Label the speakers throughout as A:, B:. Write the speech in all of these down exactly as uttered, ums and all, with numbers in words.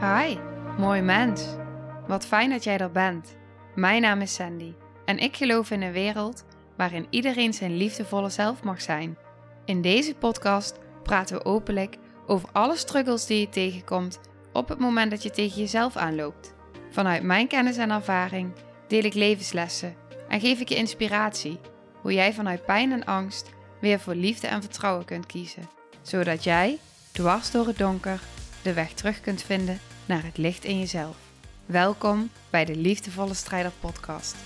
A: Hi, mooi mens. Wat fijn dat jij er bent. Mijn naam is Sandy en ik geloof in een wereld waarin iedereen zijn liefdevolle zelf mag zijn. In deze podcast praten we openlijk over alle struggles die je tegenkomt op het moment dat je tegen jezelf aanloopt. Vanuit mijn kennis en ervaring deel ik levenslessen en geef ik je inspiratie hoe jij vanuit pijn en angst weer voor liefde en vertrouwen kunt kiezen, zodat jij, dwars door het donker, de weg terug kunt vinden naar het licht in jezelf. Welkom bij de Liefdevolle Strijder podcast.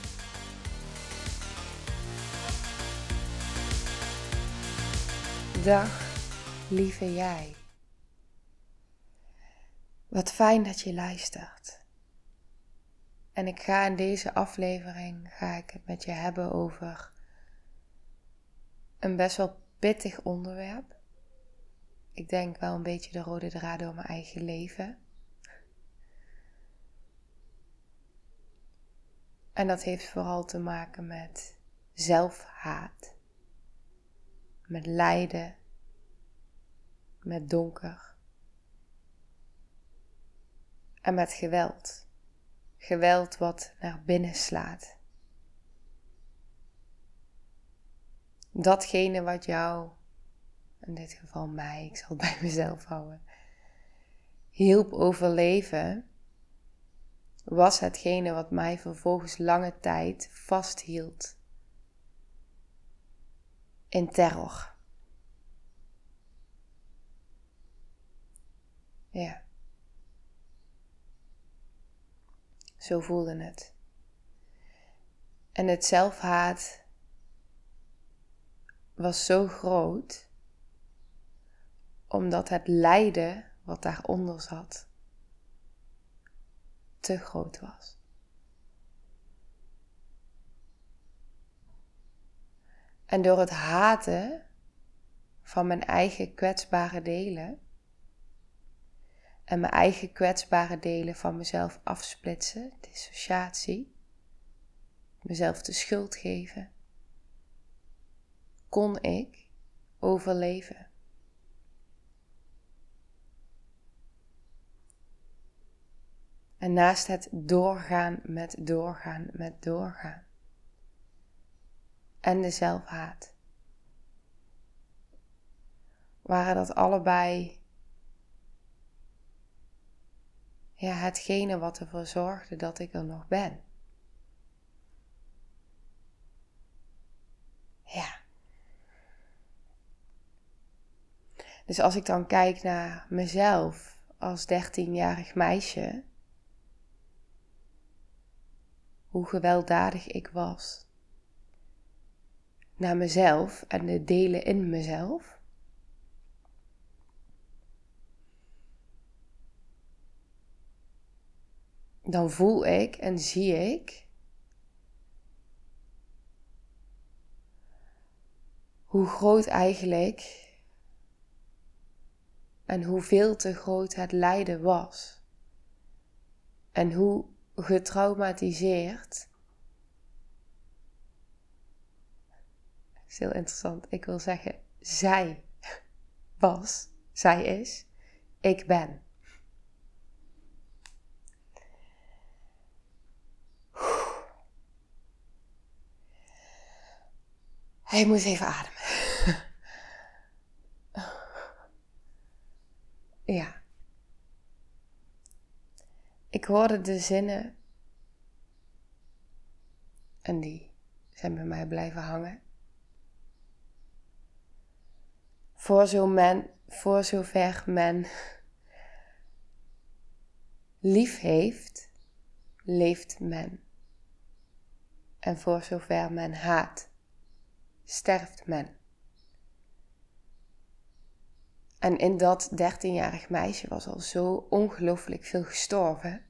A: Dag, lieve jij. Wat fijn dat je luistert. En ik ga in deze aflevering ga ik het met je hebben over een best wel pittig onderwerp. Ik denk wel een beetje de rode draad door mijn eigen leven. En dat heeft vooral te maken met zelfhaat. Met lijden. Met donker. En met geweld. Geweld wat naar binnen slaat. Datgene wat jou, in dit geval mij, ik zal het bij mezelf houden, hielp overleven, was hetgene wat mij vervolgens lange tijd vasthield in terror. Ja. Zo voelde het. En het zelfhaat was zo groot, omdat het lijden wat daaronder zat, te groot was. En door het haten van mijn eigen kwetsbare delen en mijn eigen kwetsbare delen van mezelf afsplitsen, dissociatie, mezelf de schuld geven, kon ik overleven. En naast het doorgaan met doorgaan met doorgaan. En de zelfhaat. Waren dat allebei ja, hetgene wat ervoor zorgde dat ik er nog ben. Ja. Dus als ik dan kijk naar mezelf als dertienjarig meisje, hoe gewelddadig ik was naar mezelf en de delen in mezelf, dan voel ik en zie ik hoe groot eigenlijk en hoeveel te groot het lijden was. En hoe getraumatiseerd. Dat is heel interessant. Ik wil zeggen, zij was, zij is, ik ben. Ik moet even ademen. Ja. Ik hoorde de zinnen en die zijn bij mij blijven hangen. Voor, zo men, voor zover men lief heeft, leeft men. En voor zover men haat, sterft men. En in dat dertienjarig meisje was al zo ongelooflijk veel gestorven.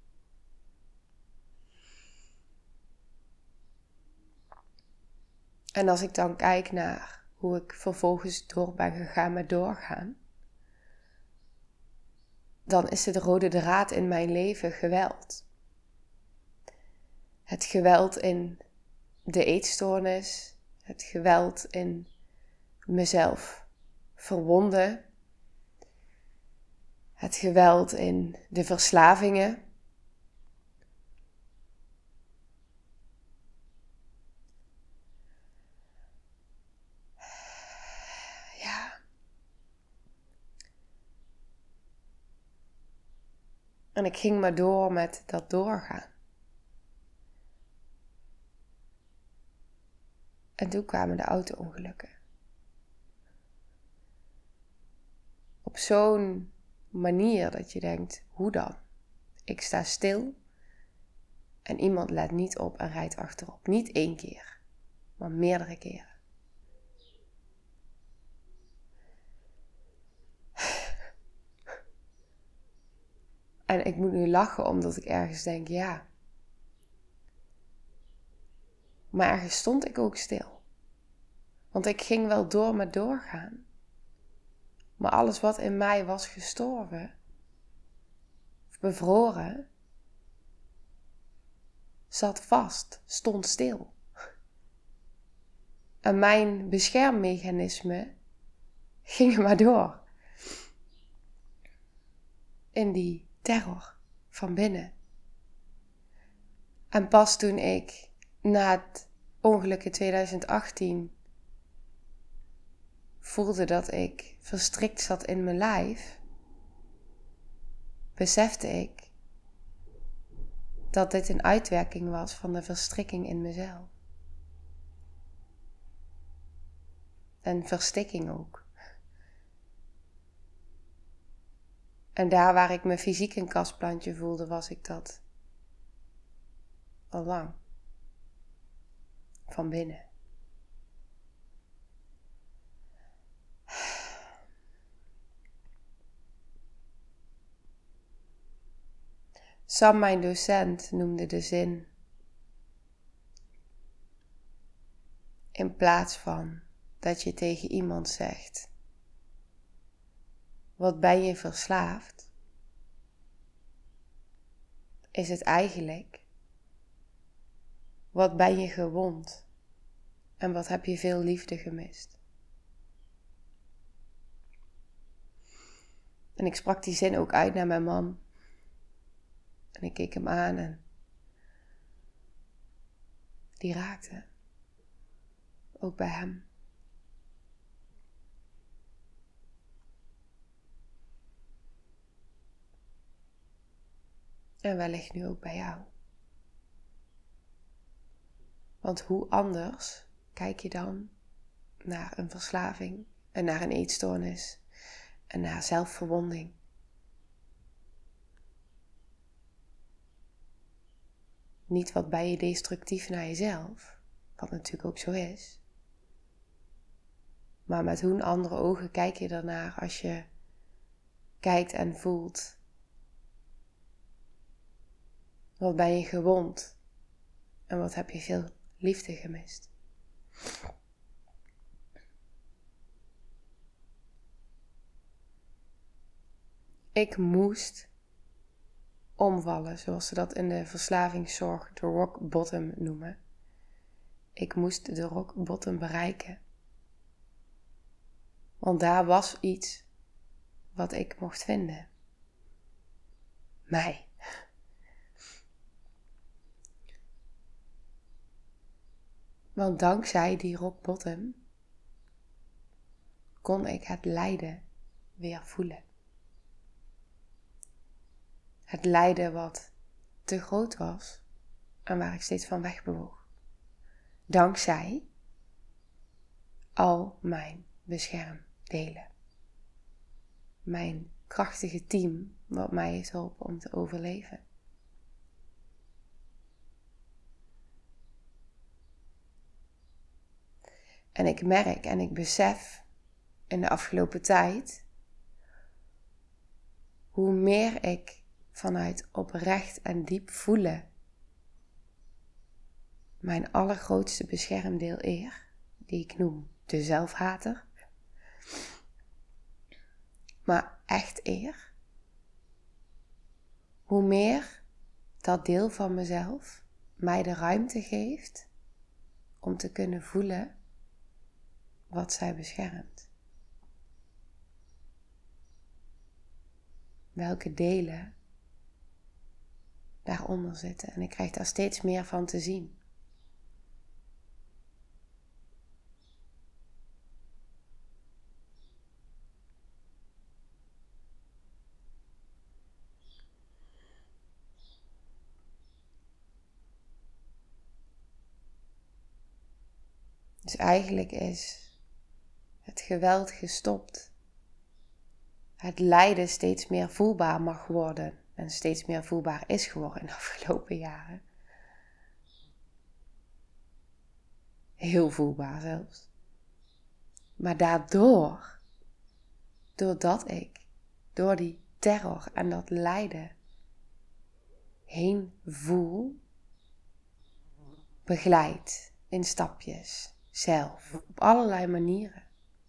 A: En als ik dan kijk naar hoe ik vervolgens door ben gegaan met doorgaan, dan is het de rode draad in mijn leven geweld. Het geweld in de eetstoornis, het geweld in mezelf verwonden,
B: het geweld in de verslavingen. Ja. En ik ging maar door met dat doorgaan. En toen kwamen de auto-ongelukken. Op zo'n manier dat je denkt, hoe dan? Ik sta stil en iemand let niet op en rijdt achterop. Niet één keer, maar meerdere keren. En ik moet nu lachen omdat ik ergens denk, ja. Maar ergens stond ik ook stil. Want ik ging wel door met doorgaan. Maar alles wat in mij was gestorven, of bevroren, zat vast, stond stil. En mijn beschermmechanismen gingen maar door. In die terror van binnen. En pas toen ik na het ongeluk in twintig achttien voelde dat ik verstrikt zat in mijn lijf, besefte ik dat dit een uitwerking was van de verstrikking in mezelf. En verstikking ook. En daar waar ik me fysiek een kastplantje voelde, was ik dat al lang. Van binnen. Sam, mijn docent, noemde de zin: in plaats van dat je tegen iemand zegt, wat ben je verslaafd, is het eigenlijk, wat ben je gewond en wat heb je veel liefde gemist. En ik sprak die zin ook uit naar mijn man. En ik keek hem aan en die raakte. Ook bij hem. En wellicht nu ook bij jou. Want hoe anders kijk je dan naar een verslaving en naar een eetstoornis en naar zelfverwonding? Niet wat ben je destructief naar jezelf, wat natuurlijk ook zo is. Maar met hoe andere ogen kijk je ernaar als je kijkt en voelt. Wat ben je gewond en wat heb je veel liefde gemist. Ik moest omvallen, zoals ze dat in de verslavingszorg de rock bottom noemen. Ik moest de rock bottom bereiken. Want daar was iets wat ik mocht vinden. Mij. Want dankzij die rock bottom kon ik het lijden weer voelen. Het lijden wat te groot was en waar ik steeds van wegbewoog. Dankzij al mijn beschermdelen. Mijn krachtige team wat mij heeft geholpen om te overleven. En ik merk en ik besef in de afgelopen tijd hoe meer ik vanuit oprecht en diep voelen mijn allergrootste beschermdeel eer, die ik noem de zelfhater, maar echt eer, hoe meer dat deel van mezelf mij de ruimte geeft om te kunnen voelen wat zij beschermt. welke delen daaronder zitten. En ik krijg daar steeds meer van te zien. Dus eigenlijk is het geweld gestopt. Het lijden steeds meer voelbaar mag worden. En steeds meer voelbaar is geworden in de afgelopen jaren. Heel voelbaar zelfs. Maar daardoor, doordat ik, door die terror en dat lijden heen voel, begeleid in stapjes, zelf, op allerlei manieren.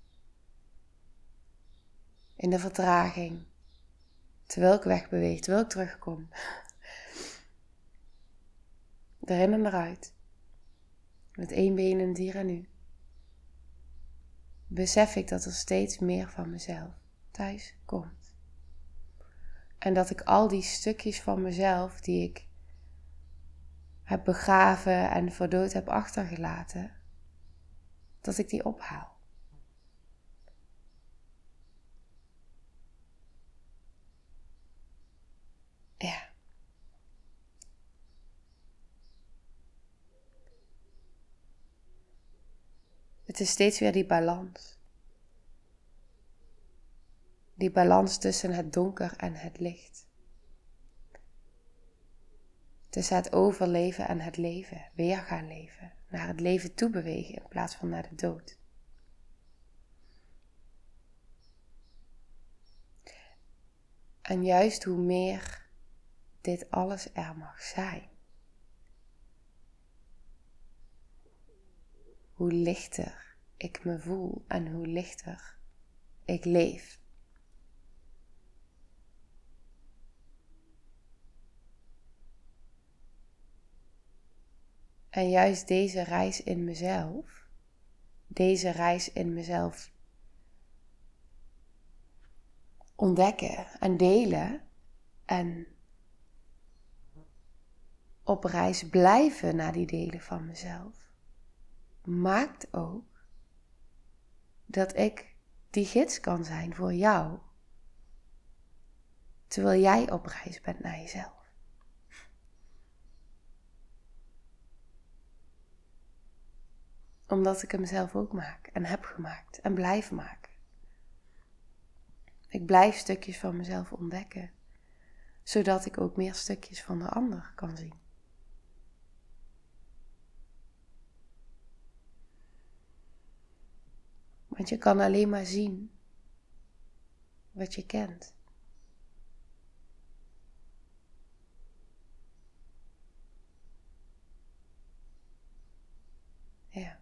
B: In de vertraging, terwijl ik wegbeweeg, terwijl ik terugkom. Erin en eruit. Met één been in het hier en nu. Besef ik dat er steeds meer van mezelf thuis komt. En dat ik al die stukjes van mezelf die ik heb begraven en voor dood heb achtergelaten, dat ik die ophaal. Ja. Het is steeds weer die balans. Die balans tussen het donker en het licht. Tussen het overleven en het leven. Weer gaan leven. Naar het leven toe bewegen in plaats van naar de dood. En juist hoe meer dit alles er mag zijn. Hoe lichter ik me voel en hoe lichter ik leef. En juist deze reis in mezelf, deze reis in mezelf ontdekken en delen en op reis blijven naar die delen van mezelf, maakt ook dat ik die gids kan zijn voor jou, terwijl jij op reis bent naar jezelf. Omdat ik hem zelf ook maak en heb gemaakt en blijf maken. Ik blijf stukjes van mezelf ontdekken, zodat ik ook meer stukjes van de ander kan zien. Want je kan alleen maar zien wat je kent. Ja.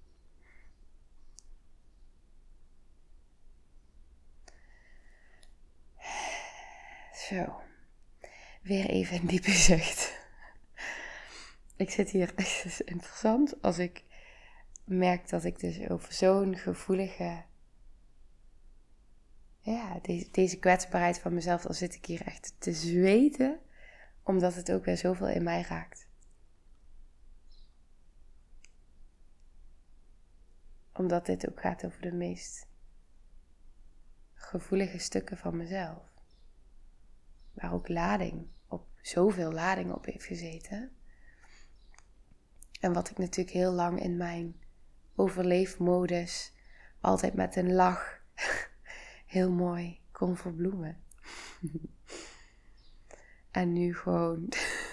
B: Zo. Weer even een diepe zucht. Ik zit hier, het is interessant als ik merk dat ik dus over zo'n gevoelige, ja, deze, deze kwetsbaarheid van mezelf, dan zit ik hier echt te zweten, omdat het ook weer zoveel in mij raakt. Omdat dit ook gaat over de meest gevoelige stukken van mezelf. Waar ook lading op, zoveel lading op heeft gezeten. En wat ik natuurlijk heel lang in mijn overleefmodus altijd met een lach heel mooi kon verbloemen. En nu gewoon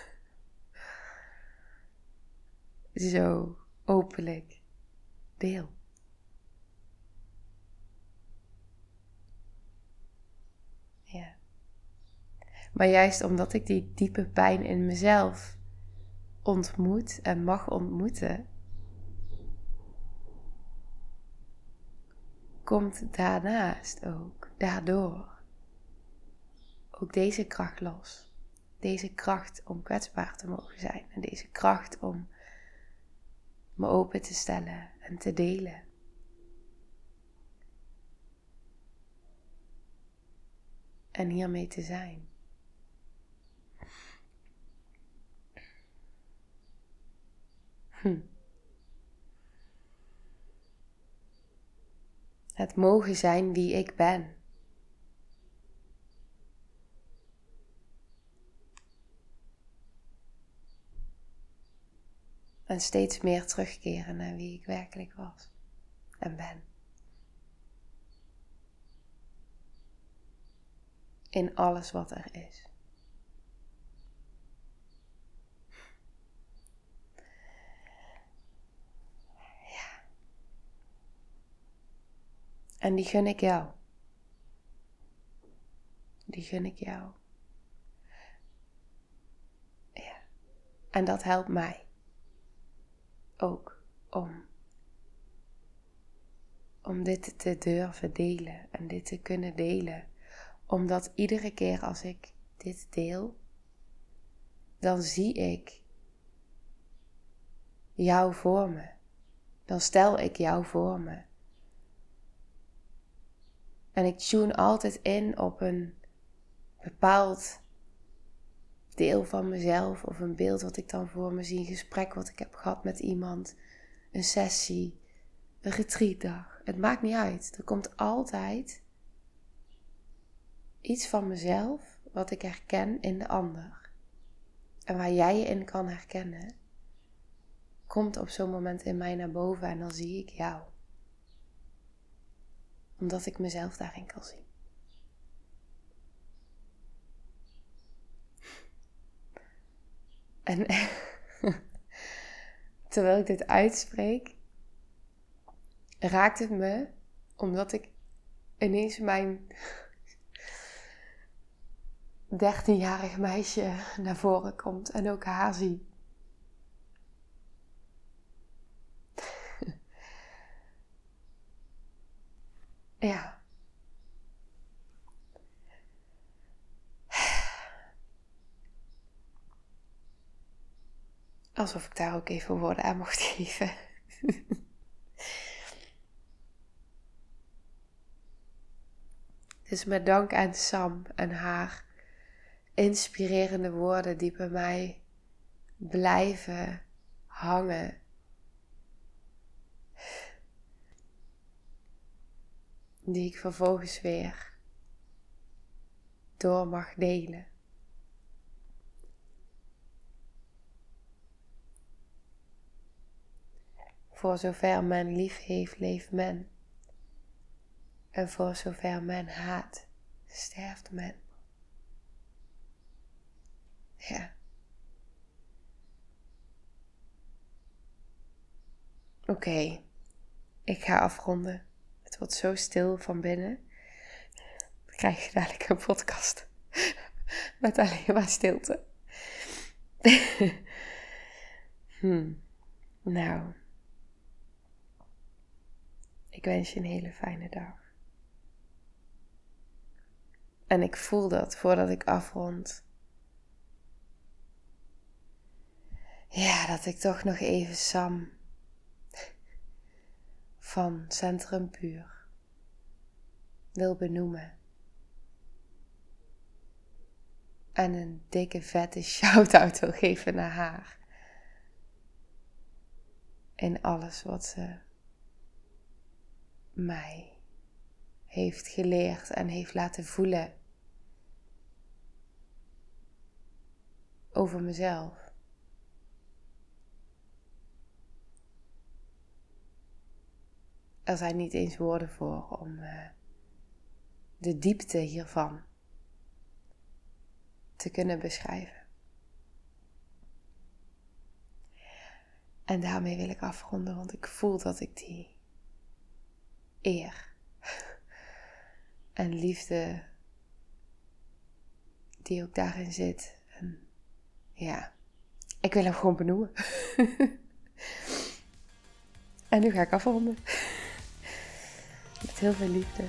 B: zo openlijk deel. Ja. Maar juist omdat ik die diepe pijn in mezelf ontmoet en mag ontmoeten, komt daarnaast ook, daardoor, ook deze kracht los. Deze kracht om kwetsbaar te mogen zijn. En deze kracht om me open te stellen en te delen. en hiermee te zijn. Hm. Het mogen zijn wie ik ben. En steeds meer terugkeren naar wie ik werkelijk was en ben. In alles wat er is. Ja. En die gun ik jou. Die gun ik jou. Ja. En dat helpt mij. Ook om. Om dit te durven delen. En dit te kunnen delen. Omdat iedere keer als ik dit deel. Dan zie ik jou voor me. Dan stel ik jou voor me. En ik tune altijd in op een bepaald deel van mezelf. Of een beeld wat ik dan voor me zie. Een gesprek wat ik heb gehad met iemand. Een sessie. Een retreatdag. Het maakt niet uit. Er komt altijd iets van mezelf wat ik herken in de ander. En waar jij je in kan herkennen. Komt op zo'n moment in mij naar boven en dan zie ik jou. Omdat ik mezelf daarin kan zien. En terwijl ik dit uitspreek, raakt het me, omdat ik ineens mijn dertienjarig meisje naar voren komt en ook haar zie. Ja. Alsof ik daar ook even woorden aan mocht geven. Dus met dank aan Sam en haar inspirerende woorden die bij mij blijven hangen. Die ik vervolgens weer door mag delen. Voor zover men lief heeft, leeft men. En voor zover men haat, sterft men. Ja. Oké, okay. Ik ga afronden. Het wordt zo stil van binnen. Dan krijg je dadelijk een podcast met alleen maar stilte. hmm. Nou, ik wens je een hele fijne dag. En ik voel dat voordat ik afrond. Ja, dat ik toch nog even Sam van Centrum Puur wil benoemen. En een dikke vette shout-out wil geven naar haar. In alles wat ze mij heeft geleerd en heeft laten voelen over mezelf. Er zijn niet eens woorden voor om uh, de diepte hiervan te kunnen beschrijven. En daarmee wil ik afronden, want ik voel dat ik die eer en liefde die ook daarin zit. En ja, ik wil hem gewoon benoemen. En nu ga ik afronden. Met heel veel liefde.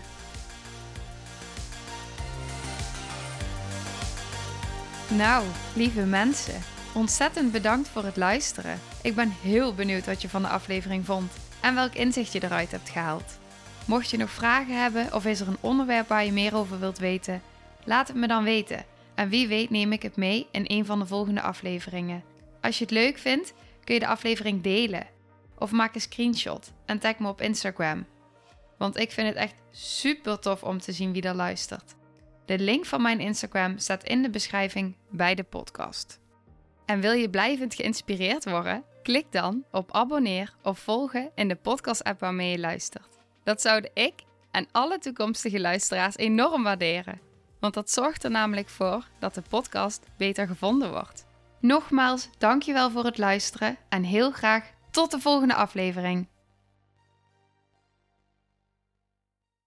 A: Nou, lieve mensen, ontzettend bedankt voor het luisteren. Ik ben heel benieuwd wat je van de aflevering vond en welk inzicht je eruit hebt gehaald. Mocht je nog vragen hebben of is er een onderwerp waar je meer over wilt weten, Laat het me dan weten en wie weet neem ik het mee in een van de volgende afleveringen. Als je het leuk vindt, kun je de aflevering delen of maak een screenshot en tag me op Instagram. Want ik vind het echt super tof om te zien wie er luistert. De link van mijn Instagram staat in de beschrijving bij de podcast. En wil je blijvend geïnspireerd worden? Klik dan op abonneer of volgen in de podcast-app waarmee je luistert. Dat zouden ik en alle toekomstige luisteraars enorm waarderen. Want dat zorgt er namelijk voor dat de podcast beter gevonden wordt. Nogmaals, dankjewel voor het luisteren en heel graag tot de volgende aflevering.